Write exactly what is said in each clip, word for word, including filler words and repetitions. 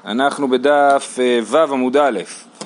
אנחנו בדף ו' עמוד א',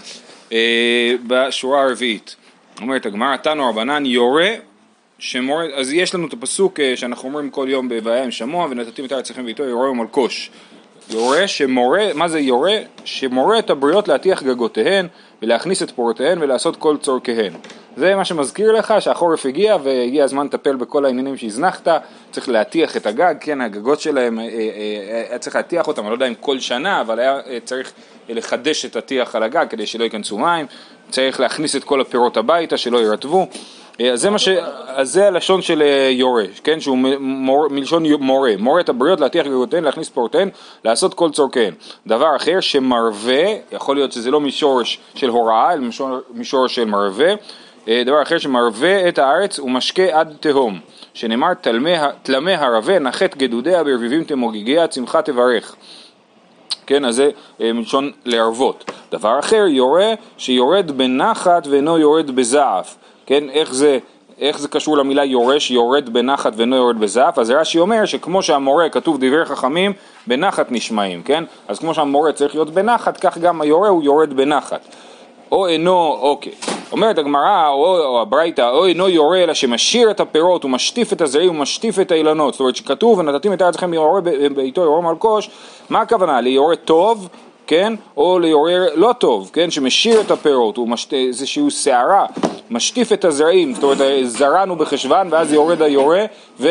בשורה הרביעית. אומרת הגמרא, תנו רבנן יורה שמורה, אז יש לנו את הפסוק שאנחנו אומרים כל יום ב"והיה עם שמוע ונתתים את הארץ לכם ואיתו יורה ומלקוש". יורה שמורה, מה זה יורה? שמורה את הבריות להטיח גגותיהן ולהכניס את פורותיהן ולעשות כל צורכיהן. זה מה שמזכיר לך שהחורף הגיע והגיע הזמן לטפל בכל העניינים שהזנחת, צריך להטיח את הגג, כן, הגגות שלהם, היה צריך להטיח אותם, אני לא יודע אם כל שנה, אבל היה צריך לחדש את הטיח על הגג כדי שלא ייכנסו מים, צריך להכניס את כל הפירות הביתה שלא ירטבו. אז זה מה ש... אז זה הלשון של יורה, כן, שהוא מור... מלשון מורה, מורה את הבריות להטיח גגותיהן, להכניס פורותיהן, לעשות כל צורכיהן. דבר אחר שמרווה, יכול להיות שזה לא מישורש של הוראה, אלא מישור, מישור של מרווה. דבר אחר שמרווה את הארץ ומשקה עד תהום, שנאמר תלמי הרווה נחת גדודיה ברביבים תמוגיגיה צמחה תברך. כן, אז זה מלשון להרוות. דבר אחר יורה שיורד בנחת ואינו יורד בזעף. כן, איך זה, איך זה קשור למילה יורה שיורד בנחת ואינו יורד בזעף? אז רש"י אומר שכמו שהמורה כתוב דברי חכמים בנחת נשמעים, כן? אז כמו שהמורה צריך להיות בנחת, כך גם היורה הוא יורד בנחת. או אינו, אוקיי. אומרת הגמרא או, או הברייתא, או אינו יורה אלא שמשאיר את הפירות ומשטיף את הזרעים ומשטיף את האילנות. זאת אומרת שכתוב ונתתים את הארץ לכם יורה בעיתו יורה מלקוש, מה הכוונה? ליורה טוב, כן? או ליורה לא טוב, כן? שמשאיר את הפירות, הוא משט... איזשהו שערה, משטיף את הזרעים, זאת אומרת זרענו בחשוון ואז יורד היורה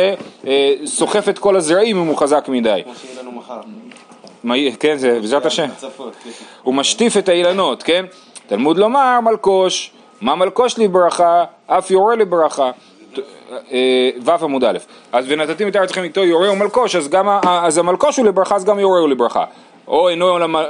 וסוחף את כל הזרעים אם הוא חזק מדי. כמו שיהיה לנו מחר. כן, זה בעזרת השם. הוא משטיף את האילנות, כן? תלמוד לומר מלקוש, מה מלקוש לברכה, אף יורה לברכה. ו' עמוד א', אז ונתתים את הארץ לכם איתו יורה ומלקוש, אז גם אז המלקוש הוא לברכה, אז גם יורה הוא לברכה. או אינו,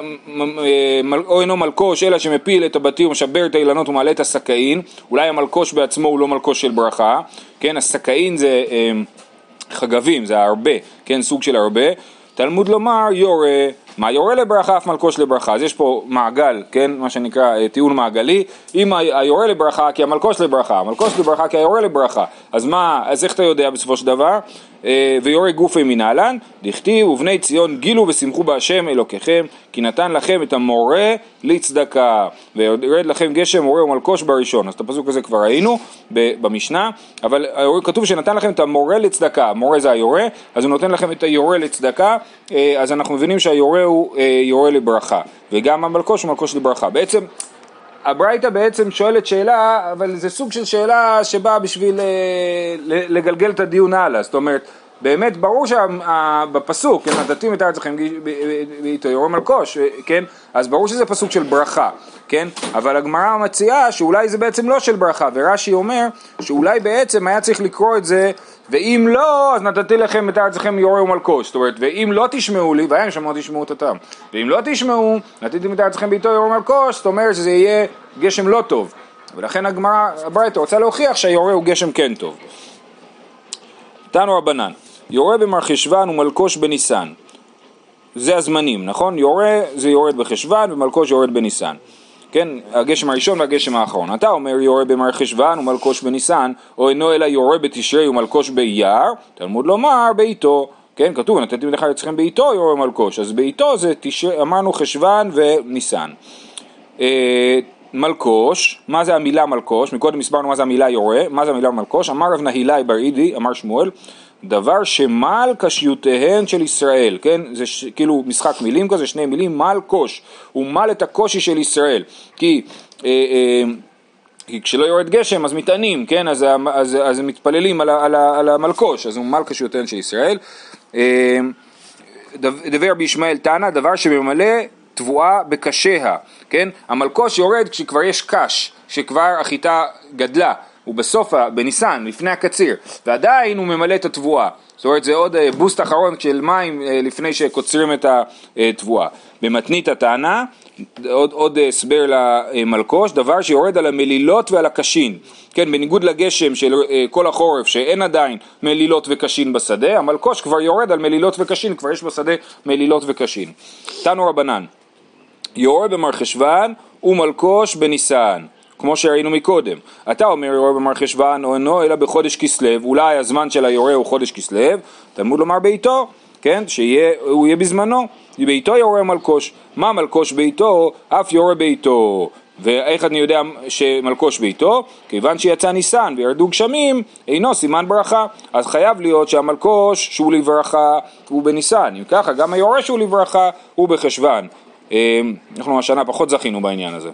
או אינו מלקוש אלא שמפיל את הבתים ומשבר את האילנות ומעלה את הסכין. אולי המלקוש בעצמו הוא לא מלקוש של ברכה, כן, הסכין זה חגבים, זה הרבה, כן, סוג של הרבה. תלמוד לומר יורה, מה יורה לברכה אף מלקוש לברכה. אז יש פה מעגל, כן, מה שנקרא טיעון מעגלי. אם היורה לברכה כי המלקוש לברכה, המלקוש לברכה כי היורה לברכה, אז מה, אז איך אתה יודע בסופו של דבר? ויורה גופי מנהלן, דכתיב ובני ציון גילו ושמחו בהשם אלוקיכם, כי נתן לכם את המורה לצדקה, וירד לכם גשם מורה ומלקוש בראשון. אז את הפסוק הזה כבר ראינו במשנה, אבל כתוב שנתן לכם את המורה לצדקה, המורה זה היורה, אז הוא נותן לכם את היורה לצדקה, אז אנחנו מבינים שהיורה הוא יורה לברכה, וגם המלקוש הוא מלקוש לברכה. בעצם הברייתא בעצם שואלת שאלה, אבל זה סוג של שאלה שבאה בשביל לגלגל את הדיון הלאה. זאת אומרת, באמת ברור שבפסוק, כן, נתתים את הארץ לכם ואיתו יורה מלקוש, כן, אז ברור שזה פסוק של ברכה, כן, אבל הגמרא מציעה שאולי זה בעצם לא של ברכה, ורש"י אומר שאולי בעצם היה צריך לקרוא את זה, ואם לא, אז נתתי לכם את הארץ לכם יורה ומלקוש. זאת אומרת, ואם לא תשמעו לי, והם שמעו תשמעו את הטעם, ואם לא תשמעו, נתתם את הארץ לכם באיתו יורה ומלקוש, זאת אומרת שזה יהיה גשם לא טוב, ולכן הגמרא, הברייתא רוצה להוכיח שהיורה הוא גשם כן טוב. תנו רבנן, יורה במרחשוון ומלקוש בניסן. זה הזמנים, נכון? יורה זה יורד בחשוון ומלקוש יורד בניסן. כן, הגשם הראשון והגשם האחרון. אתה אומר יורה במרחשוון ומלקוש בניסן, או אינו אלא יורה בתשרי ומלקוש באייר, תלמוד לומר בעיתו. כן, כתוב, נתתם לך אצלכם בעיתו יורה מלקוש, אז בעיתו זה תשרי, אמרנו חשוון וניסן. אה, מלקוש, מה זה המילה מלקוש? מקודם הסברנו מה זה המילה יורה, מה זה המילה מלקוש? אמר רב נהילאי בר אידי, אמר שמואל, דבר שמל קשיותיהן של ישראל, כן? זה ש... כאילו משחק מילים כזה, שני מילים, מל קוש, הוא מל את הקושי של ישראל, כי, אה, אה, כי כשלא יורד גשם אז מתענים, כן? אז, אז, אז הם מתפללים על, על, על המלקוש, אז הוא מל קשיותיהן של ישראל. אה, דבר בישמעאל תנא, דבר שממלא תבואה בקשיה, כן? המלקוש יורד כשכבר יש קש, שכבר החיטה גדלה, הוא בסוף, בניסן, לפני הקציר, ועדיין הוא ממלא את התבואה. זאת אומרת, זה עוד בוסט אחרון של מים לפני שקוצרים את התבואה. במתנית הטענה, עוד, עוד הסבר למלקוש, דבר שיורד על המלילות ועל הקשין. כן, בניגוד לגשם של כל החורף, שאין עדיין מלילות וקשין בשדה, המלקוש כבר יורד על מלילות וקשין, כבר יש בשדה מלילות וקשין. תנו רבנן, יורד במרחשוון ומלקוש בניסן. כמו שראינו מקודם. אתה אומר יורה במרחשוון או אינו אלא בחודש כסלו, אולי הזמן של היורה הוא חודש כסלו, תלמוד לומר בעיתו, כן? שהוא יהיה בזמנו, ביתו יורה מלקוש. מה מלקוש ביתו? אף יורה ביתו. ואיך אני יודע שמלקוש ביתו? כיוון שיצא ניסן וירדו גשמים, אינו סימן ברכה. אז חייב להיות שהמלקוש שהוא לברכה הוא בניסן. אם ככה, גם היורה שהוא לברכה הוא בחשוון. אנחנו השנה פחות זכינו בעניין הזה.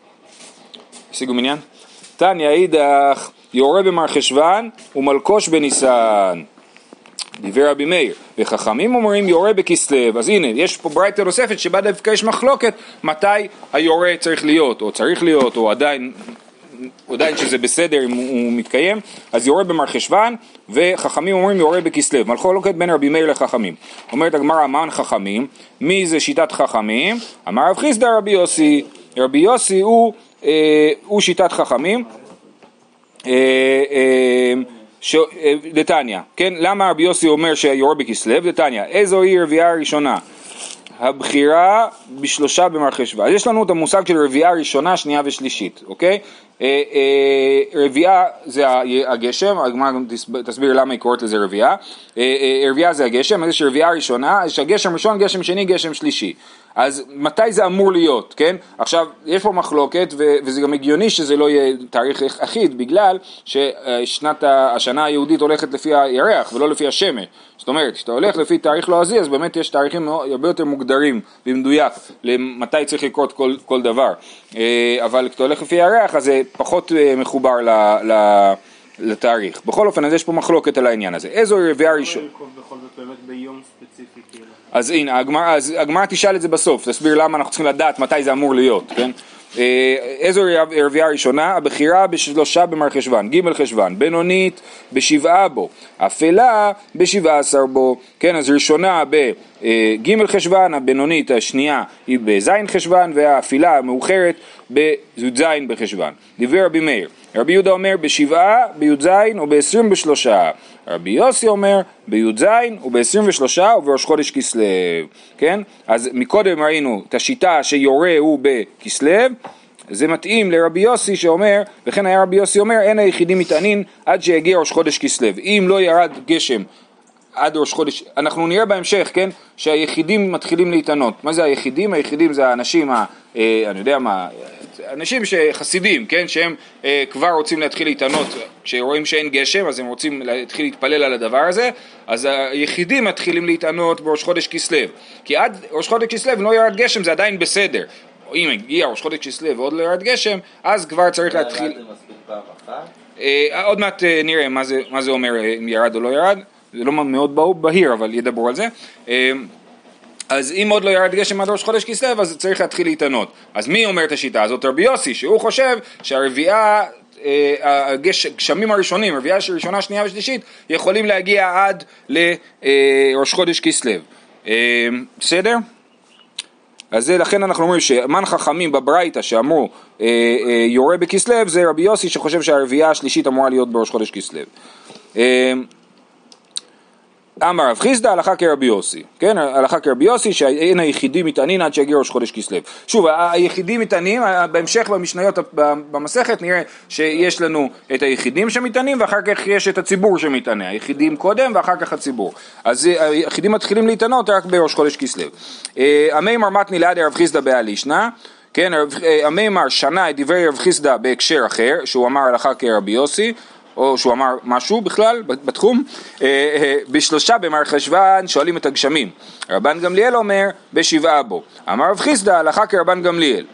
השיגו מניין? תניא אידך יורה במרחשוון ומלקוש בניסן. דיבר רבי מאיר, וחכמים אומרים יורה בכסלו. אז הנה, יש פה ברייתא נוספת שבה דווקא יש מחלוקת מתי היורה צריך להיות, או צריך להיות, או עדיין, עדיין שזה בסדר אם הוא מתקיים. אז יורה במרחשוון, וחכמים אומרים יורה בכסלו. מחלוקת בין רבי מאיר לחכמים. אומרת הגמרא, מה חכמים? מי זה שיטת חכמים? אמר רב חיסדא רבי יוסי. רבי יוסי הוא, אה, הוא שיטת חכמים. אה, אה, ש... דתניא, כן? למה רבי יוסי אומר שיורה בכסלו? דתניא, איזו היא רביעה הראשונה? הבחירה בשלושה במרחשוון. אז יש לנו את המושג של רביעה ראשונה, שנייה ושלישית, אוקיי? אה, אה, רביעה זה הגשם, הגמרא תסביר למה היא קוראת לזה רביעה. אה, אה, רביעה זה הגשם, אז יש רביעה ראשונה, יש הגשם ראשון, גשם שני, גשם שלישי. אז מתי זה אמור להיות, כן? עכשיו, יש פה מחלוקת, ו- וזה גם הגיוני שזה לא יהיה תאריך אחיד, בגלל ששנת השנה היהודית הולכת לפי הירח ולא לפי השמש. זאת אומרת, כשאתה הולך לפי תאריך לועזי, אז באמת יש תאריכים הרבה יותר מוגדרים במדויק למתי צריך לקרות כל, כל דבר. אבל כשאתה הולך לפי הירח, אז זה פחות מחובר ל... ל- לתאריך. בכל אופן, אז יש פה מחלוקת על העניין הזה. איזו רביעה ראשונה? בכל זאת באמת ביום ספציפי כאילו. אז הנה, הגמרא תשאל את זה בסוף, תסביר למה אנחנו צריכים לדעת מתי זה אמור להיות, כן? איזו רביעה ראשונה? הבחירה בשלושה במרחשוון, ג' חשוון, בינונית בשבעה בו, אפלה בשבעה עשר בו, כן? אז ראשונה בג' חשוון, הבינונית השנייה היא בז' חשוון, והאפילה המאוחרת בז' בחשוון. דיבר רבי מאיר, רבי יהודה אומר בשבעה, בי"ז ובעשרים בשלושה. רבי יוסי אומר בי"ז ובעשרים ושלושה ובראש חודש כסלו. כן? אז מקודם ראינו את השיטה שיורה הוא בכסלו, זה מתאים לרבי יוסי שאומר, וכן היה רבי יוסי אומר, אין היחידים מתענין עד שיגיע ראש חודש כסלו. אם לא ירד גשם עד ראש חודש, אנחנו נראה בהמשך, כן, שהיחידים מתחילים להתענות. מה זה היחידים? היחידים זה האנשים, ה, אה, אני יודע מה, אנשים שחסידים, כן, שהם אה, כבר רוצים להתחיל להתענות, כשרואים שאין גשם, אז הם רוצים להתחיל להתפלל על הדבר הזה, אז היחידים מתחילים להתענות בראש חודש כסלו. כי עד ראש חודש כסלו לא ירד גשם, זה עדיין בסדר. אם הגיע ראש חודש כסלו ועוד לא ירד גשם, אז כבר צריך להתחיל... זה מספיק פעם אחת? אה, עוד מעט אה, נראה מה זה, מה זה אומר, אם ירד או לא ירד. זה לא מאוד בהיר, אבל ידברו על זה. אז אם עוד לא ירד גשם עד ראש חודש כסלו, אז צריך להתחיל להתענות. אז מי אומר את השיטה הזאת? רבי יוסי, שהוא חושב שהרביעה, הגשמים הראשונים, הרביעה הראשונה, שנייה ושלישית, יכולים להגיע עד לראש חודש כסלו. בסדר? אז זה, לכן אנחנו אומרים שמן חכמים בברייתא שאמרו אה, אה, יורה בכסלו, זה רבי יוסי שחושב שהרביעה השלישית אמורה להיות בראש חודש כסלו. אה, אמר רב חיסדא הלכה כרבי יוסי, כן, הלכה כרבי יוסי שאין היחידים מתענין עד שיגיע ראש חודש כסלו. שוב, היחידים מתענים, בהמשך במשניות במסכת נראה שיש לנו את היחידים שמתענים ואחר כך יש את הציבור שמתענה, היחידים קודם ואחר כך הציבור. אז היחידים מתחילים להתענות רק בראש חודש כסלו. המימר מתני ליד רב חיסדא בהלישנא, כן, המימר שנה את דברי רב חיסדא בהקשר אחר, שהוא אמר הלכה כרבי יוסי, או שהוא אמר משהו בכלל בתחום, בשלושה במרחשוון שואלים את הגשמים. רבן גמליאל אומר בשבעה בו. אמר רב חיסדא הלכה כרבן גמליאל.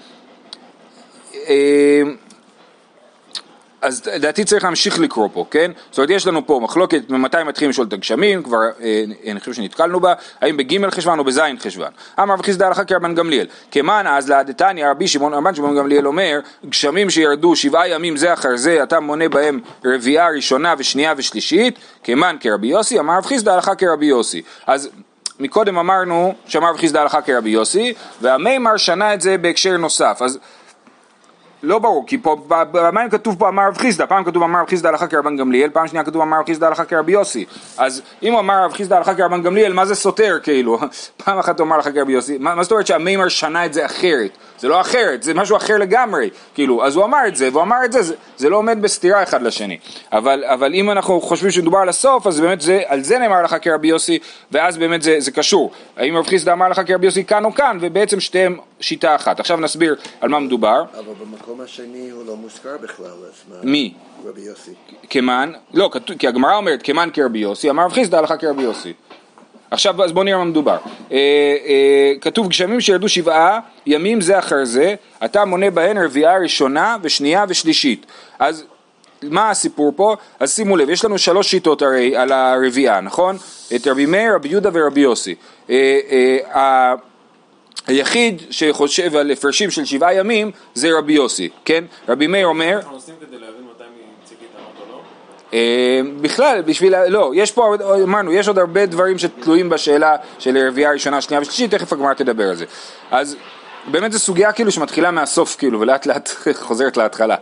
אז דעתי צריך להמשיך לקרוא פה, כן? זאת אומרת, יש לנו פה מחלוקת ממתי מתחילים לשאול את הגשמים, כבר אה, אני חושב שנתקלנו בה, האם בג' חשוון או בז' חשוון. אמר רב חיסדא הלכה כרבן גמליאל. כמן אז לעדתניא רבי שמעון רבן שמעון גמליאל אומר, גשמים שירדו שבעה ימים זה אחר זה, אתה מונה בהם רביעה ראשונה ושנייה ושלישית, כמן כרבי יוסי, אמר רב חיסדא הלכה כרבי יוסי. אז מקודם אמרנו שאמר רב חיסדא הלכה כרבי יוסי, והמימר שנה את זה בהקשר נוסף. אז לא ברור, כי פה במים כתוב פה אמר רב חיסדא, פעם כתוב אמר רב חיסדא הלכה כרבן גמליאל, פעם שנייה כתוב אמר רב חיסדא הלכה כרבי יוסי. אז אם אמר רב חיסדא הלכה כרבן גמליאל, מה זה סותר כאילו? פעם אחת הוא אמר הלכה כרבי יוסי, מה, מה זאת אומרת שהמימר שנה את זה אחרת? זה לא אחרת, זה משהו אחר לגמרי, כאילו, אז הוא אמר את זה, והוא אמר את זה, זה, זה לא עומד בסתירה אחד לשני. אבל, אבל אם אנחנו חושבים שדובר על הסוף, אז באמת זה, על זה נאמר הלכה כרבי יוסי, ואז באמת זה, זה קשור. האם רב חיסדא אמר הלכה כרבי יוסי כאן או כאן, ובעצם שתיהם שיטה אחת. עכשיו נסביר על מה מדובר. אבל במקום השני הוא לא מוזכר בכלל. מי? רבי יוסי. כמן, לא, כי הגמרא אומרת כמן כרבי יוסי, אמר רב חיסדא הלכה כרבי יוסי. עכשיו אז בוא נראה מה מדובר. אה, אה, כתוב גשמים שירדו שבעה ימים זה אחר זה, אתה מונה בהן רביעה ראשונה ושנייה ושלישית. אז מה הסיפור פה? אז שימו לב, יש לנו שלוש שיטות הרי על הרביעה, נכון? את רבי מאיר, רבי יהודה ורבי יוסי. אה, אה, היחיד שחושב על הפרשים של שבעה ימים זה רבי יוסי, כן? רבי מאיר אומר... אנחנו עושים כדי להבין מתי מציג איתם או לא? בכלל, בשביל... לא, יש פה, אמרנו, יש עוד הרבה דברים שתלויים בשאלה של רביעה ראשונה, שנייה ושלישית, תכף הגמרא תדבר על זה. אז... באמת זו סוגיה כאילו שמתחילה מהסוף כאילו ולאט לאט חוזרת להתחלה.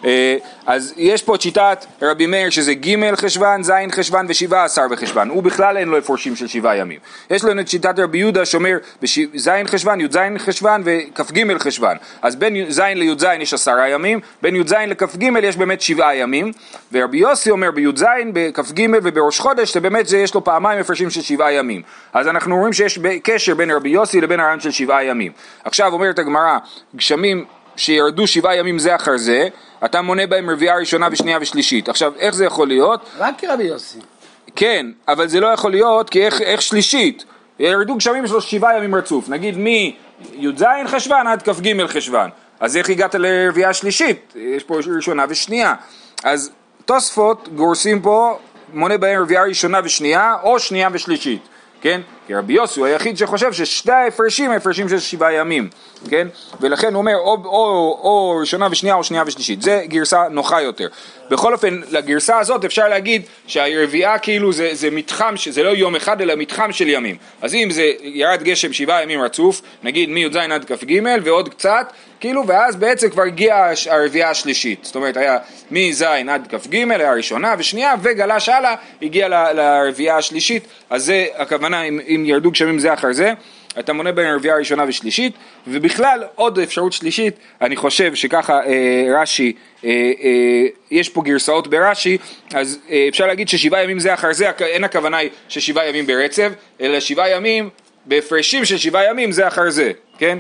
אז יש פה את שיטת רבי מאיר שזה ג' חשבן, ז' חשבן ושבעה עשר בחשבן. הוא בכלל אין לו הפרשים של שבעה ימים. יש לנו את שיטת רבי יהודה שאומר ז' חשבן, י' ז' חשבן וכף ג' חשבן. אז בין ז' לי' ז' יש עשרה ימים, בין י' ז' לכף ג' יש באמת שבעה ימים. ורבי יוסי אומר בי' ז', בכף ג' ובראש חודש שבאמת זה יש לו פעמיים הפרשים של שבעה ימים. אז אנחנו רואים שיש קשר בין רבי יוסי לבין הרעיון של שבעה ימים. עכשיו אומרת הגמרא, גשמים שירדו שבעה ימים זה אחר זה, אתה מונה בהם רביעה ראשונה ושנייה ושלישית. עכשיו, איך זה יכול להיות? רק רבי יוסי. כן, אבל זה לא יכול להיות, כי איך, איך שלישית? ירדו גשמים של שבעה ימים רצוף, נגיד מ-י"ז חשבן עד כ"ג חשבן. אז איך הגעת לרביעה שלישית? יש פה ראשונה ושנייה. אז תוספות גורסים פה, מונה בהם רביעה ראשונה ושנייה, או שנייה ושלישית. כן? כי רבי יוסי הוא היחיד שחושב ששתי ההפרשים הפרשים של שבעה ימים, כן? ולכן הוא אומר או, או, או ראשונה ושנייה או שנייה ושלישית. זה גרסה נוחה יותר. בכל אופן, לגרסה הזאת אפשר להגיד שהרביעה כאילו זה, זה מתחם, זה לא יום אחד אלא מתחם של ימים. אז אם זה ירד גשם שבעה ימים רצוף, נגיד מי י"ז עד כ"ג ועוד קצת, כאילו, ואז בעצם כבר הגיעה הרביעה השלישית. זאת אומרת, היה מז' עד כ"ג, היה ראשונה ושנייה, וגלש הלאה, הגיע לרביעה השלישית. אז זה הכוונה, אם, אם ירדו גשמים זה אחר זה, אתה מונה בין הרביעה הראשונה ושלישית, ובכלל עוד אפשרות שלישית, אני חושב שככה אה, רש"י, אה, אה, יש פה גרסאות ברש"י, אז אה, אפשר להגיד ששבעה ימים זה אחר זה, אין הכוונה היא ששבעה ימים ברצף, אלא שבעה ימים, בהפרשים של שבעה ימים זה אחר זה, כן?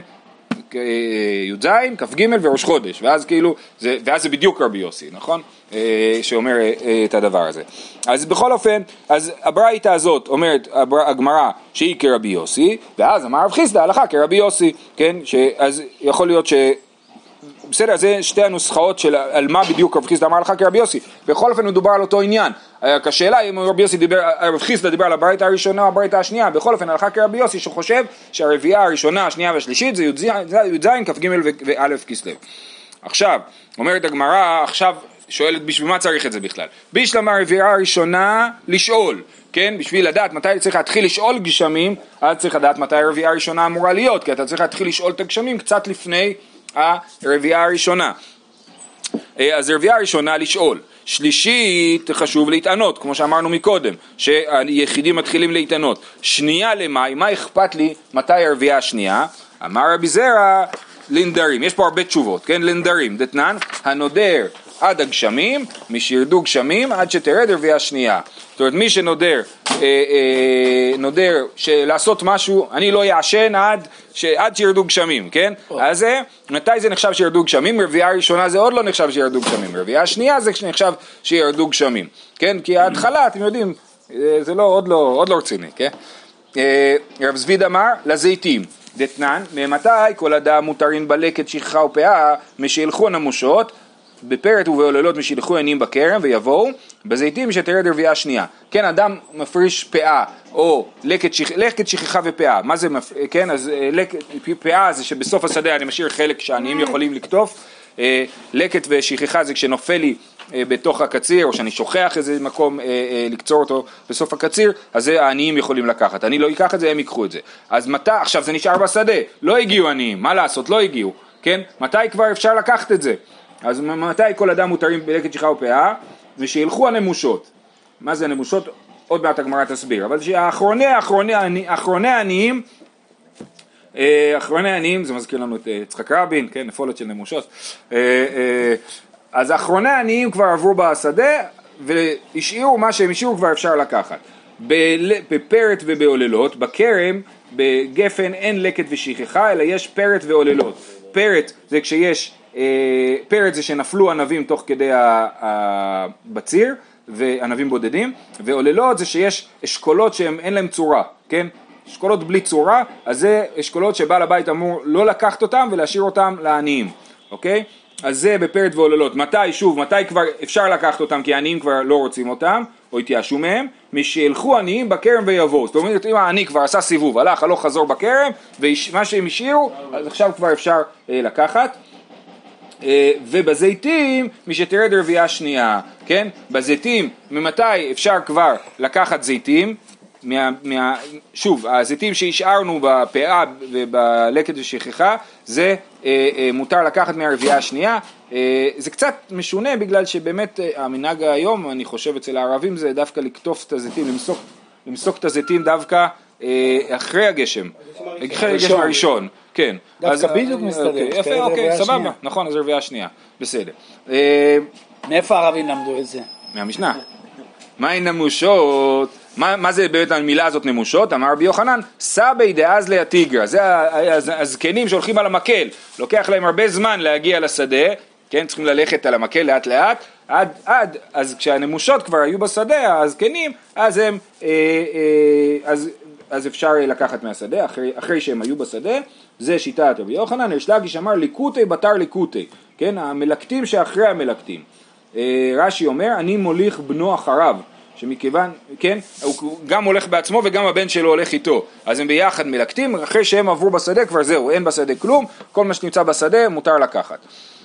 י"ז, כ"ג וראש חודש, ואז כאילו, זה, ואז זה בדיוק רבי יוסי, נכון? שאומר את הדבר הזה. אז בכל אופן, אז הברייתא הזאת אומרת הגמרא שהיא כרבי יוסי, ואז אמר רב חיסדא הלכה כרבי יוסי, כן? אז יכול להיות ש... בסדר, זה שתי הנוסחאות של על מה בדיוק רב חיסדא אמר הלכה כרבי יוסי. בכל אופן הוא דובר על אותו עניין. כשאלה אם רבי יוסי דיבר, רב חיסדא דיבר על הברייתא הראשונה או הברייתא השנייה, בכל אופן הלכה כרבי יוסי שחושב שהרביעה הראשונה, השנייה והשלישית זה י"ז, כ"ג וא' כסלו. עכשיו, אומרת הגמרא, עכשיו שואלת בשביל מה צריך את זה בכלל? בשלמה הרביעה הראשונה לשאול, כן? בשביל לדעת מתי צריך להתחיל לשאול גשמים, אז צריך לדעת מתי הרביעה הראשונה אמורה להיות, כי אתה צריך להתחיל לשאול את הגשמים קצת לפני הרביעה הראשונה. אז הרביעה הראשונה לשאול. שלישית חשוב להתענות, כמו שאמרנו מקודם, שהיחידים מתחילים להתענות. שנייה למאי, מה אכפת לי מתי הרביעה השנייה? אמר רבי זרע, לנדרים. יש פה הרבה תשובות, כן? לנדרים. דתנן, הנודר עד הגשמים, מי שירדו גשמים עד שתרד הרביעה שנייה. זאת אומרת, מי שנודר, אה, אה, נודר שלעשות משהו, אני לא יעשן עד, ש, עד שירדו גשמים, כן? Oh. אז מתי זה נחשב שירדו גשמים? רביעה ראשונה זה עוד לא נחשב שירדו גשמים. רביעה שנייה זה נחשב שירדו גשמים, כן? כי ההתחלה, אתם יודעים, זה לא, עוד לא, עוד לא רציני, כן? אה, רב זביד אמר, לזיתים. דתנן, ממתי כל אדם מותרין בלקת שכחה ופאה, משילחו נמושות, בפרט ובעוללות משילחו עינים בכרם ויבואו בזיתים שתרד רביעה שנייה. כן, אדם מפריש פאה או לקט, שכ... לקט שכחה ופאה. מה זה, מפ... כן, אז לקט, פאה זה שבסוף השדה אני משאיר חלק שעניים יכולים לקטוף. לקט ושכחה זה כשנופל לי בתוך הקציר או שאני שוכח איזה מקום לקצור אותו בסוף הקציר, אז זה העניים יכולים לקחת. אני לא אקח את זה, הם ייקחו את זה. אז מתי, עכשיו זה נשאר בשדה, לא הגיעו עניים, מה לעשות, לא הגיעו. כן? מתי כבר אפשר לקחת את זה? אז מתי כל אדם מותרים בלקט שכחה ופאה? ושילכו הנמושות. מה זה הנמושות? עוד מעט הגמרא תסביר. אבל שהאחרוני, האחרוני, האחרוני העניים, אחרוני העניים, זה מזכיר לנו את יצחק רבין, כן, נפולת של נמושות. אז האחרוני העניים כבר עברו בשדה, והשאירו מה שהם השאירו כבר אפשר לקחת. בפרט ובעוללות, בכרם, בגפן אין לקט ושכחה, אלא יש פרט ועוללות. פרט זה כשיש, פרט זה שנפלו ענבים תוך כדי הבציר, וענבים בודדים, ועוללות זה שיש אשכולות שהם אין להם צורה, כן? אשכולות בלי צורה, אז זה אשכולות שבעל הבית אמור לא לקחת אותם ולהשאיר אותם לעניים, אוקיי? אז זה בפרט ועוללות. מתי, שוב, מתי כבר אפשר לקחת אותם כי העניים כבר לא רוצים אותם, או התייאשו מהם, משילכו עניים בכרם ויבואו. זאת אומרת, אם העני כבר עשה סיבוב, הלך, הלוך חזור בכרם, ומה שהם השאירו, אז עכשיו כבר אפשר אה, לקחת. ובזיתים מי שתרד רביעה שנייה, כן? בזיתים ממתי אפשר כבר לקחת זיתים, מה, מה, שוב, הזיתים שהשארנו בפאה ובלקט ושכחה זה אה, אה, מותר לקחת מהרביעה השנייה. אה, זה קצת משונה בגלל שבאמת אה, המנהג היום אני חושב אצל הערבים זה דווקא לקטוף את הזיתים, למסוק, למסוק את הזיתים דווקא אה, אחרי הגשם, אחרי הגשם הראשון, כן. דווקא בדיוק מסתדר. יפה, אוקיי, סבבה, נכון, אז רביעה שנייה, בסדר. מאיפה הערבים למדו את זה? מהמשנה. מהי נמושות? מה, מה זה באמת המילה הזאת נמושות? אמר רבי יוחנן, סבי דאז להתיגרא, זה הזקנים שהולכים על המקל, לוקח להם הרבה זמן להגיע לשדה, כן, צריכים ללכת על המקל לאט לאט, עד, עד, אז כשהנמושות כבר היו בשדה, הזקנים, אז הם, אה, אה, אז, אז אפשר לקחת מהשדה, אחרי, אחרי שהם היו בשדה, זה שיטת רבי יוחנן. ריש לקיש אמר ליקוטי בתר ליקוטי, כן, המלקטים שאחרי המלקטים. אה, רש"י אומר, אני מוליך בנו אחריו, שמכיוון, כן, הוא גם הולך בעצמו וגם הבן שלו הולך איתו, אז הם ביחד מלקטים, אחרי שהם עברו בשדה כבר זהו, אין בשדה כלום, כל מה שנמצא בשדה מותר לקחת.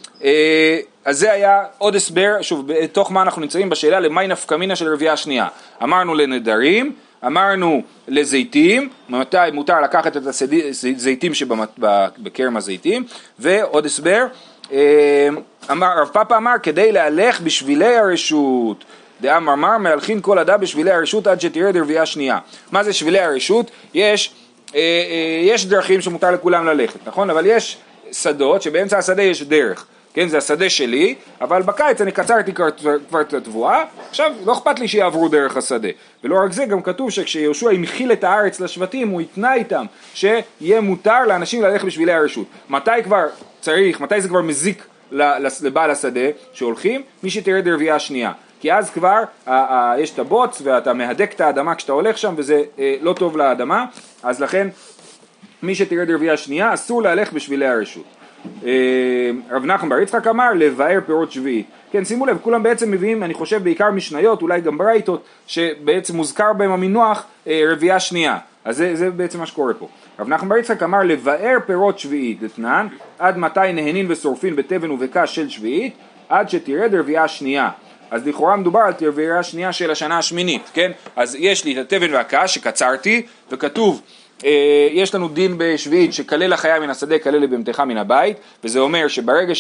אז זה היה עוד הסבר, שוב, בתוך מה אנחנו נמצאים בשאלה למי נפקא מינה של רביעה שנייה. אמרנו לנדרים, אמרנו לזיתים, מתי מותר לקחת את הזיתים שבכרם הזיתים, ועוד הסבר, אמר, רב פאפא אמר, כדי להלך בשבילי הרשות, דאמר מר, מהלכים כל אדם בשבילי הרשות עד שתרד רביעה שנייה. מה זה שבילי הרשות? יש, אה, אה, יש דרכים שמותר לכולם ללכת, נכון? אבל יש שדות שבאמצע השדה יש דרך, כן? זה השדה שלי, אבל בקיץ אני קצרתי כבר את התבואה, עכשיו לא אכפת לי שיעברו דרך השדה. ולא רק זה, גם כתוב שכשיהושע המחיל את הארץ לשבטים, הוא התנה איתם שיהיה מותר לאנשים ללכת בשבילי הרשות. מתי כבר צריך, מתי זה כבר מזיק לבעל השדה שהולכים? מי שתרד רביעה שנייה. כי אז כבר ה- ה- יש את הבוץ ואתה מהדק את האדמה כשאתה הולך שם וזה אה, לא טוב לאדמה, אז לכן מי שתרד רביעה שנייה אסור להלך בשבילי הרשות. אה, רב נחמן בר יצחק אמר לבאר פירות שביעית. כן, שימו לב, כולם בעצם מביאים, אני חושב בעיקר משניות, אולי גם ברייתות, שבעצם מוזכר בהם המינוח אה, רביעה שנייה. אז זה, זה בעצם מה שקורה פה. רב נחמן בר יצחק אמר לבאר פירות שביעית, דתנן, עד מתי נהנין ושורפין בתבן ובקש של שביעית, עד שתרד רביעה שנייה. אז לכאורה מדובר על רביעה שנייה של השנה השמינית, כן? אז יש לי את התבן והקש שקצרתי, וכתוב, אה, יש לנו דין בשביעית שכלל החיה מן השדה, כלל לבהמתך מן הבית, וזה אומר שברגע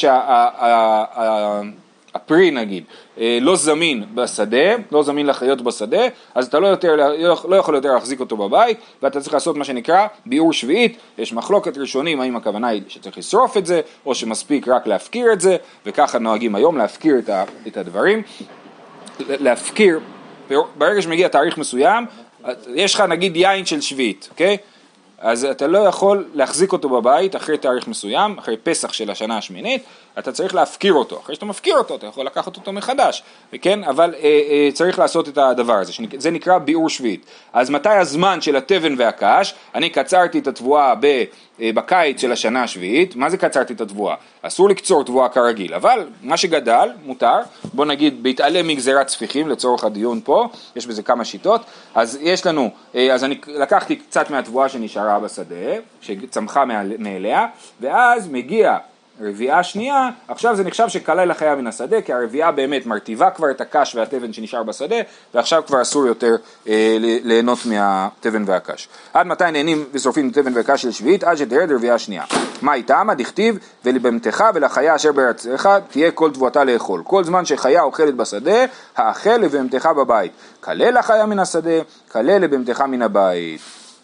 שהפרי נגיד אה, לא זמין בשדה, לא זמין לחיות בשדה, אז אתה לא, יותר, לא יכול יותר להחזיק אותו בבית, ואתה צריך לעשות מה שנקרא ביאור שביעית. יש מחלוקת ראשונים, האם הכוונה היא שצריך לשרוף את זה, או שמספיק רק להפקיר את זה, וככה נוהגים היום להפקיר את, ה, את הדברים. להפקיר, ברגע שמגיע תאריך מסוים, יש לך נגיד יין של שביעית, אוקיי? אז אתה לא יכול להחזיק אותו בבית אחרי תאריך מסוים, אחרי פסח של השנה השמינית, אתה צריך להפקיר אותו. אחרי שאתה מפקיר אותו, אתה יכול לקחת אותו מחדש, כן? אבל אה, אה, צריך לעשות את הדבר הזה, זה נקרא ביאור שביעית. אז מתי הזמן של התבן והקש? אני קצרתי את התבואה ב, אה, בקיץ של השנה השביעית. מה זה קצרתי את התבואה? אסור לקצור תבואה כרגיל, אבל מה שגדל מותר. בוא נגיד בהתעלם מגזירת ספיחים לצורך הדיון פה, יש בזה כמה שיטות. אז יש לנו, אה, אז אני לקחתי קצת מהתבואה שנשארה בשדה, שצמחה מאליה, ואז מגיע רביעה שנייה, עכשיו זה נחשב שכלל החיה מן השדה, כי הרביעה באמת מרטיבה כבר את הקש והתבן שנשאר בשדה, ועכשיו כבר אסור יותר אה, ליהנות מהתבן והקש. עד מתי נהנים ושורפים את התבן והקש של שביעית? עד שתרד רביעה שנייה. מה איתה? מה דכתיב? ולבהמתך ולחיה אשר בארצך תהיה כל תבואתה לאכול. כל זמן שחיה אוכלת בשדה, האכל לבהמתך בבית. כלל החיה מן השדה, כלל לבהמתך מן הבית.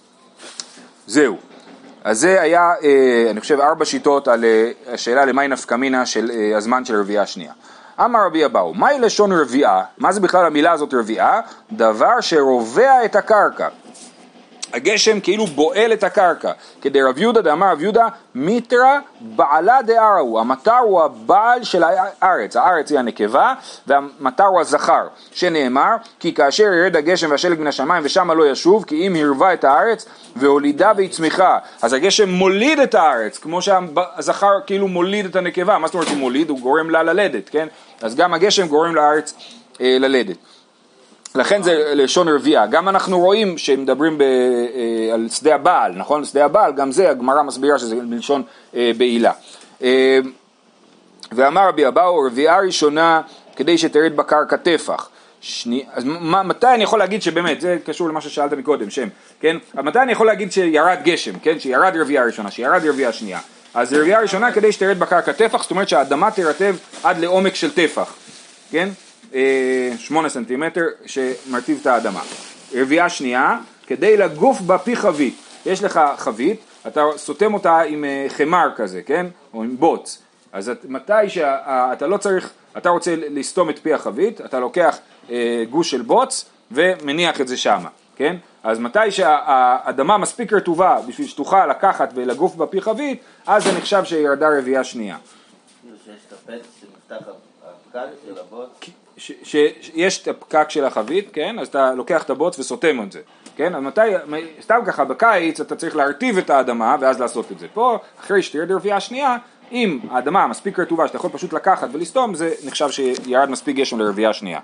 זהו. אז זה היה, אני חושב, ארבע שיטות על השאלה למאי נפקא מינה של הזמן של רביעה שנייה. אמר רבי אבאו, מהי לשון רביעה? מה זה בכלל המילה הזאת רביעה? דבר שרובע את הקרקע. הגשם כאילו בועל את הקרקע. כדי רב יהודה דאמר רב יהודה, מיתרא בעלה דארה הוא. המטר הוא הבעל של הארץ. הארץ היא הנקבה והמטר הוא הזכר. שנאמר, כי כאשר ירד הגשם והשלג מן השמיים ושמה לא ישוב, כי אם הרווה את הארץ והולידה והצמיחה. אז הגשם מוליד את הארץ, כמו שהזכר כאילו מוליד את הנקבה. מה זאת אומרת הוא מוליד? הוא גורם לה ללדת, כן? אז גם הגשם גורם לארץ אה, ללדת. לכן זה לשון רביעה. גם אנחנו רואים שמדברים ב, אה, על שדה הבעל, נכון? שדה הבעל, גם זה הגמרא מסבירה שזה בלשון אה, בעילה. אה, ואמר רבי אבאו, רביעה ראשונה כדי שתרד בקרקע טפח. שני, אז מה, מתי אני יכול להגיד שבאמת, זה קשור למה ששאלת מקודם, שם, כן? מתי אני יכול להגיד שירד גשם, כן? שירד רביעה ראשונה, שירד רביעה שנייה. אז רביעה ראשונה כדי שתרד בקרקע טפח, זאת אומרת שהאדמה תרטב עד לעומק של טפח, כן? שמונה סנטימטר שמרטיב את האדמה. רביעה שנייה, כדי לגוף בפי חבית. יש לך חבית, אתה סותם אותה עם חמר כזה, כן? או עם בוץ. אז את, מתי שאתה לא צריך, אתה רוצה לסתום את פי החבית, אתה לוקח אה, גוש של בוץ ומניח את זה שמה, כן? אז מתי שהאדמה מספיק רטובה בשביל שתוכל לקחת ולגוף בפי חבית, אז זה נחשב שירדה רביעה שנייה. שיש את הפץ שנפתח הפקק של הבוץ? שיש את הפקק של החבית, כן? אז אתה לוקח את הבוץ וסותם את זה, כן? אז מתי, סתם ככה, בקיץ אתה צריך להרטיב את האדמה ואז לעשות את זה. פה, אחרי שתרד רביעה שנייה, אם האדמה מספיק רטובה שאתה יכול פשוט לקחת ולסתום, זה נחשב שירד מספיק גשם לרביעה שנייה.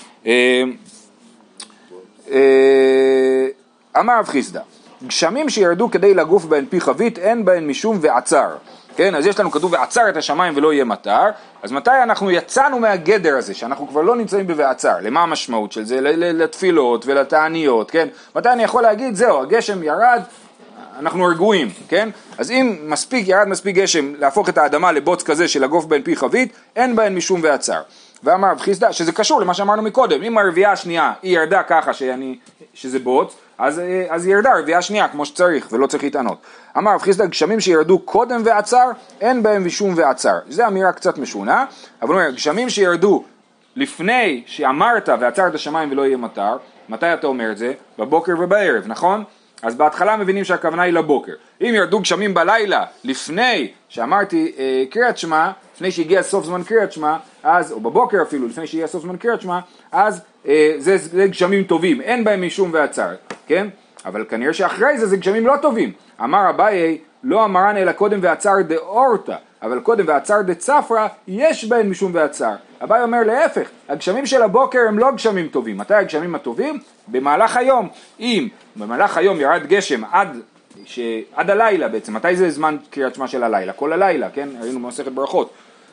אמר רב חיסדא, גשמים שירדו כדי לגוף בהן פי חבית, אין בהן משום ועצר. כן, אז יש לנו כתוב ועצר את השמיים ולא יהיה מטר, אז מתי אנחנו יצאנו מהגדר הזה, שאנחנו כבר לא נמצאים בוועצר, למה המשמעות של זה? לתפילות ולתעניות, כן? מתי אני יכול להגיד, זהו, הגשם ירד, אנחנו רגועים, כן? אז אם מספיק, ירד מספיק גשם להפוך את האדמה לבוץ כזה של הגוף בין פי חבית, אין בהן משום ועצר. ואמר רב חיסדא, שזה קשור למה שאמרנו מקודם, אם הרביעה השנייה היא ירדה ככה שאני, שזה בוץ, אז, אז ירדה רביעה שנייה כמו שצריך ולא צריך להתענות. אמר רב חיסדא, גשמים שירדו קודם ועצר, אין בהם משום ועצר. זה אמירה קצת משונה, אבל הוא אומר, גשמים שירדו לפני שאמרת ועצרת השמיים ולא יהיה מטר, מתי אתה אומר את זה? בבוקר ובערב, נכון? אז בהתחלה מבינים שהכוונה היא לבוקר. אם ירדו גשמים בלילה לפני שאמרתי אה, קריאת שמע, לפני שהגיע סוף זמן קריאת שמע, אז, או בבוקר אפילו, לפני שהגיע סוף זמן קריאת שמע, אז אה, זה, זה גשמים טובים, אין בהם משום ועצר, כן? אבל כנראה שאחרי זה זה גשמים לא טובים. אמר אביי, לא אמרן אלא קודם ועצר דאורתא, אבל קודם ועצר דצפרא, יש בהם משום ועצר. אביי אומר להפך, הגשמים של הבוקר הם לא גשמים טובים. מתי הגשמים הטובים? במהלך היום. אם במהלך היום ירד גשם עד, ש... עד הלילה בעצם, מתי זה זמן קריאת שמע של הלילה? כל הלילה, כן? ראינו במסכת ברכות.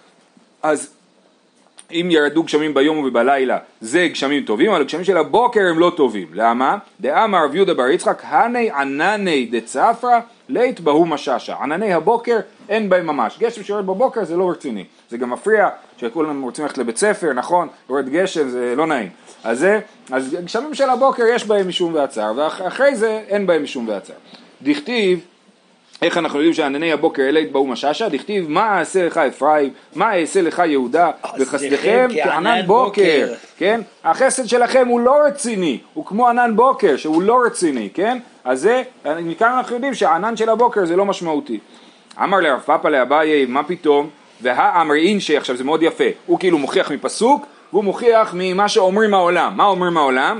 אז אם ירדו גשמים ביום ובלילה, זה גשמים טובים, אבל גשמים של הבוקר הם לא טובים. למה? דאמר רב יהודה בר יצחק, הני ענני דצפרא, לית בהו מששה. ענני הבוקר אין בהם ממש. גשם שיורד בבוקר זה לא רציני. זה גם מפריע שכולם רוצים ללכת לבית ספר, נכון? יורד גשם זה לא נעים. אז זה, אז גשמים של הבוקר יש בהם משום ועצר, ואחרי זה אין בהם משום ועצר. דכתיב, איך אנחנו יודעים שענני הבוקר אלית באו מששה? דכתיב, מה אעשה לך אפרים, מה אעשה לך יהודה, וחסדכם כענן בוקר, כן? החסד שלכם הוא לא רציני, הוא כמו ענן בוקר, שהוא לא רציני, כן? אז זה, מכאן אנחנו יודעים שהענן של הבוקר זה לא משמעותי. אמר לרב פאפא לאביי, מה פתאום? והאמרין שעכשיו זה מאוד יפה, הוא כאילו מוכיח מפסוק, והוא מוכיח ממה שאומרים העולם. מה אומרים העולם?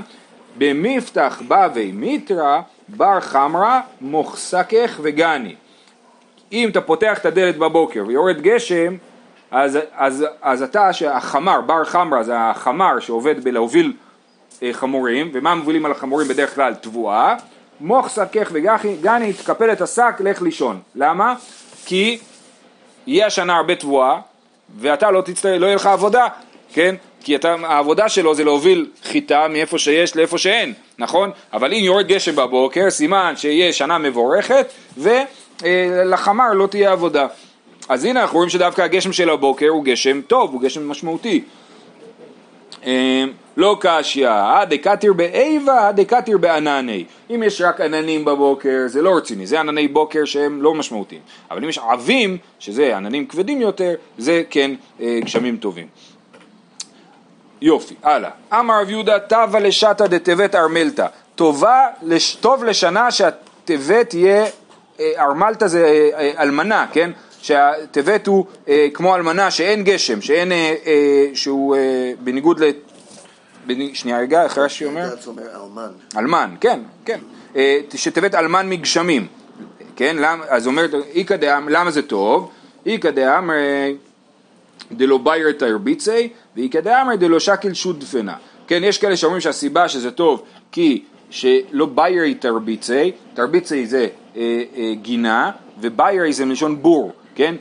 במפתח בבי מיתרא, בר חמרה, מוחסקך וגני. אם אתה פותח את הדלת בבוקר ויורד גשם, אז, אז, אז אתה, שהחמר, בר חמרה, זה החמר שעובד בלהוביל אה, חמורים, ומה מובילים על החמורים בדרך כלל? תבואה, מוחסקך וגני, תקפל את השק, לך לישון. למה? כי יהיה השנה הרבה תבואה, ואתה לא תצטרך, לא יהיה לך עבודה, כן? כי אתה, העבודה שלו זה להוביל חיטה מאיפה שיש לאיפה שאין, נכון? אבל אם יורד גשם בבוקר, סימן שיהיה שנה מבורכת, ולחמר לא תהיה עבודה. אז הנה אנחנו רואים שדווקא הגשם של הבוקר הוא גשם טוב, הוא גשם משמעותי. לא קשיא, דקתיר באיבה, דקתיר בענני. אם יש רק עננים בבוקר זה לא רציני, זה ענני בוקר שהם לא משמעותיים. אבל אם יש עבים, שזה עננים כבדים יותר, זה כן גשמים טובים. יופי, הלאה. אמר רב יהודה, טבה לשתא דטבת ארמלתא. טובה, טוב לשנה שהטבת יהיה, ארמלתא זה אלמנה, כן? שהטבת הוא אה, כמו אלמנה שאין גשם, שאין, אה, אה, שהוא אה, בניגוד ל... בניג... שנייה רגע, אחרי שאומר? זה אומר אלמן. אלמן, כן, כן. אה, שטבת אלמן מגשמים, כן? למ... אז אומרת, איקא דאמר, למה זה טוב? איקא דאמר דלא בייר תרביצי, ואיקא דאמר דלא שקיל שודפנה. כן, יש כאלה שאומרים שהסיבה שזה טוב, כי שלא בייר תרביצי, תרביצי זה אה, אה, גינה, ובייר זה מלשון בור. כן?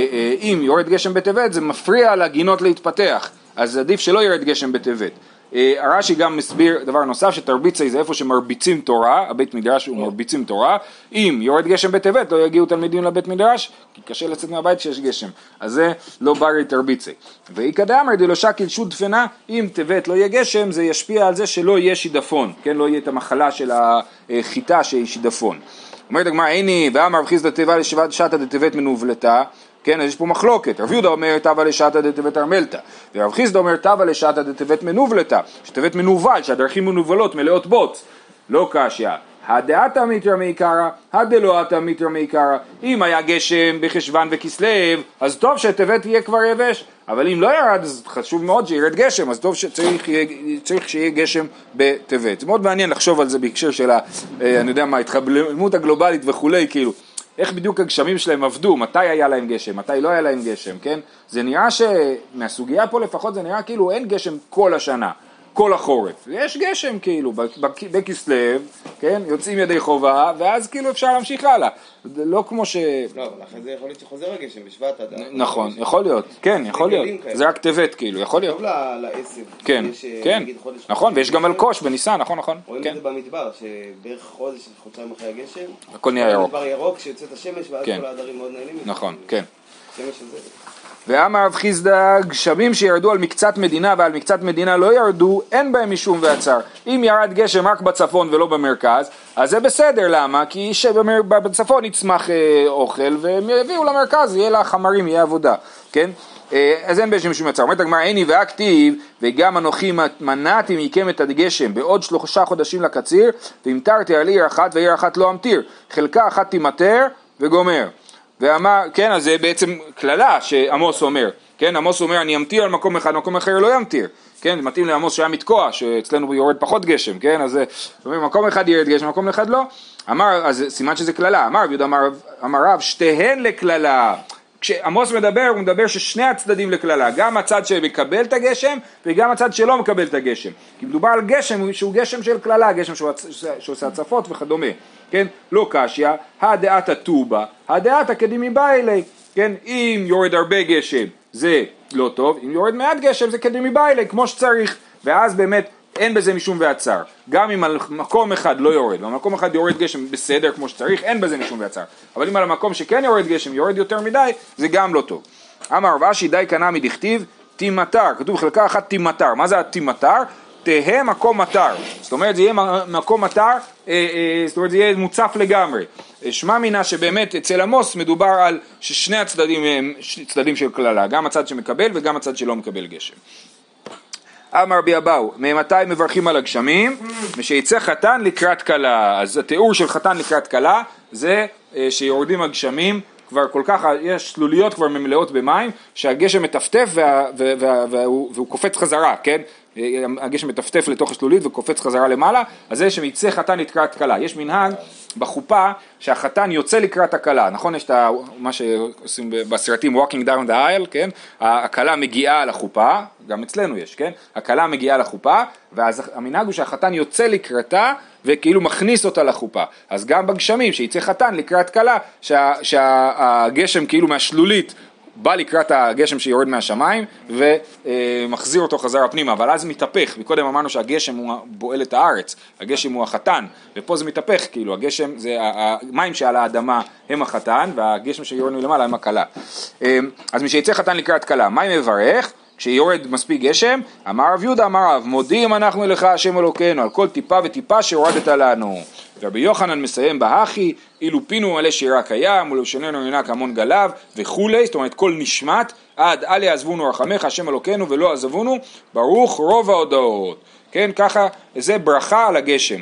אם יורד גשם בטבת זה מפריע לגינות להתפתח, אז עדיף שלא יורד גשם בטבת. הרש"י גם מסביר דבר נוסף, שתרביצי זה איפה שמרביצים תורה, הבית מדרש הוא מרביצים תורה, אם יורד גשם בטבת לא יגיעו תלמידים לבית מדרש, כי קשה לצאת מהבית שיש גשם, אז זה לא ברי תרביצי. ואיקא דאמר דלא שקיל שודפנה, אם טבת לא יהיה גשם זה ישפיע על זה שלא יהיה שידפון, כן? לא יהיה את המחלה של החיטה שהיא שידפון. אומרת הגמרא, איני ואמר רב חיסדא טבה לשתא דטבת מנוולתא, כן, אז יש פה מחלוקת. רב יהודה אומר טבה לשתא דטבת ארמלתא, ורב חיסדא אומר טבה לשתא דטבת מנוולתא, שטבת מנוול, שהדרכים מנוולות, מלאות בוץ. לא קשיא, הדעתא מיתרא מעיקרא, הדלא מיתרא מעיקרא. אם היה גשם בחשוון וכסלו, אז טוב שטבת יהיה כבר יבש, אבל אם לא ירד, אז חשוב מאוד שירד גשם, אז טוב שצריך צריך שיהיה גשם בטבת. זה מאוד מעניין לחשוב על זה בהקשר של, אני יודע מה, ההתחממות הגלובלית וכולי, כאילו, איך בדיוק הגשמים שלהם עבדו, מתי היה להם גשם, מתי לא היה להם גשם, כן? זה נראה שמהסוגיה פה לפחות זה נראה כאילו אין גשם כל השנה. כל החורף, יש גשם כאילו, בכסלו, כן, יוצאים ידי חובה, ואז כאילו אפשר להמשיך הלאה, לא כמו ש... לא, אבל אחרי זה יכול להיות שחוזר הגשם בשבט עד... נכון, יכול להיות, כן, יכול להיות, זה רק טבת כאילו, יכול להיות. טוב לעשב. כן, כן, נכון, ויש גם אלקוש בניסן, נכון, נכון. רואים את זה במדבר, שבערך חודש, חודשיים אחרי הגשם, הכל נהיה ירוק. המדבר ירוק, שיוצאת השמש, ואז כל העדרים מאוד נהנים. נכון, כן. השמש הזה. ואמר רב חיסדא, גשמים שירדו על מקצת מדינה ועל מקצת מדינה לא ירדו, אין בהם משום ועצר. אם ירד גשם רק בצפון ולא במרכז, אז זה בסדר, למה? כי בצפון יצמח אוכל והם יביאו למרכז, יהיה לחמרים, יהיה עבודה, כן? אז אין בהם משום ועצר. אומרת הגמרא, איני והכתיב, וגם אנוכי מנעתי מכם את הגשם בעוד שלושה חודשים לקציר, והמטרתי על עיר אחת ועיר אחת לא אמטיר, חלקה אחת תימטר וגומר. ואמר, כן, אז זה בעצם כללה שעמוס אומר, כן, עמוס אומר אני אמתיר על מקום אחד, מקום אחר לא ימתיר, כן, זה מתאים לעמוס שהיה מתקוע, שאצלנו יורד פחות גשם, כן, אז מקום אחד ירד גשם, מקום אחד לא, אמר, אז סימן שזה כללה, אמר, ויהודה אמר, אמר רב, שתיהן לכללה, כשעמוס מדבר, הוא מדבר ששני הצדדים לכללה, גם הצד שמקבל את הגשם, וגם הצד שלא מקבל את הגשם, כי מדובר על גשם שהוא גשם של כללה, גשם שעושה הצפות וכדומה, כן, לא קשיא, הדעתא טובה, הדעתא קדימי בא אלי, כן, אם יורד הרבה גשם זה לא טוב, אם יורד מעט גשם זה קדימי בא אלי, כמו שצריך, ואז באמת אין בזה משום ועצר, גם אם על מקום אחד לא יורד, במקום אחד יורד גשם בסדר כמו שצריך, אין בזה משום ועצר, אבל אם על המקום שכן יורד גשם יורד יותר מדי, זה גם לא טוב. אמר רב אשי די קנה מדכתיב, תימטר, כתוב חלקה אחת תימטר, מה זה התימטר? תהה מקום מטר, זאת אומרת זה יהיה מקום מטר, אה, אה, זאת אומרת זה יהיה מוצף לגמרי. שמע מינה שבאמת אצל עמוס מדובר על ששני הצדדים הם צדדים של כללה, גם הצד שמקבל וגם הצד שלא מקבל גשם. אמר בי אבאו, ממתי מברכים על הגשמים? ושיצא חתן לקראת כלה, אז התיאור של חתן לקראת כלה זה אה, שיורדים הגשמים, כבר כל כך, יש שלוליות כבר ממלאות במים, שהגשם מטפטף וה, וה, וה, והוא, והוא קופץ חזרה, כן? הגשם מטפטף לתוך השלולית וקופץ חזרה למעלה, אז זה שמיצא חתן לקראת כלה. יש מנהג בחופה שהחתן יוצא לקראת הכלה, נכון? יש את ה, מה שעושים בסרטים walking down the aisle, כן? הכלה מגיעה לחופה, גם אצלנו יש, כן? הכלה מגיעה לחופה, ואז המנהג הוא שהחתן יוצא לקראתה וכאילו מכניס אותה לחופה. אז גם בגשמים שיצא חתן לקראת כלה, שה, שהגשם כאילו מהשלולית בא לקראת הגשם שיורד מהשמיים ומחזיר אותו חזרה פנימה, אבל אז מתהפך, מקודם אמרנו שהגשם הוא בועל את הארץ, הגשם הוא החתן, ופה זה מתהפך, כאילו הגשם זה המים שעל האדמה הם החתן, והגשם שיורד מלמעלה הם הכלה. אז מי שיצא חתן לקראת כלה, מה מברך? כשיורד מספיק גשם, אמר רב יהודה, אמר רב, מודים אנחנו לך השם אלוקינו על כל טיפה וטיפה שהורדת לנו. ורבי יוחנן מסיים בהכי, אילו פינו מלא שירה קיים, ולשוננו ינק המון גלב וכולי, זאת אומרת כל נשמת, עד אל יעזבונו רחמך השם אלוקינו ולא עזבונו, ברוך רוב ההודעות. כן, ככה, זה ברכה על הגשם.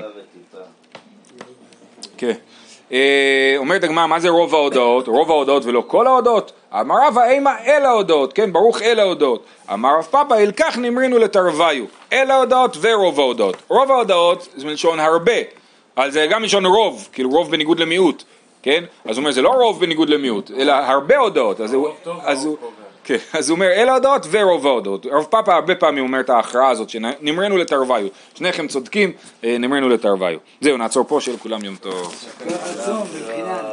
כן. אומרת הגמרא, מה זה רוב ההודעות? רוב ההודעות ולא כל ההודעות? אמר רבא אימה אל ההודעות, כן, ברוך אל ההודעות. אמר רב פאפא, אל כך נמרינו לתרוויו, אל ההודעות ורוב ההודעות. רוב ההודעות זה מלשון הרבה, אבל זה גם מלשון רוב, כאילו רוב בניגוד למיעוט, כן? אז הוא אומר, זה לא רוב בניגוד למיעוט, אלא הרבה הודעות. אז הוא, אז הוא, כן, אז הוא אומר, אל ההודעות ורוב ההודעות. רב פאפא הרבה פעמים אומר את ההכרעה הזאת, שנמרנו לתרוויו. שניכם צודקים, נמרנו לתרוויו. זהו, נעצור פה, שיהיה לכולם יום טוב.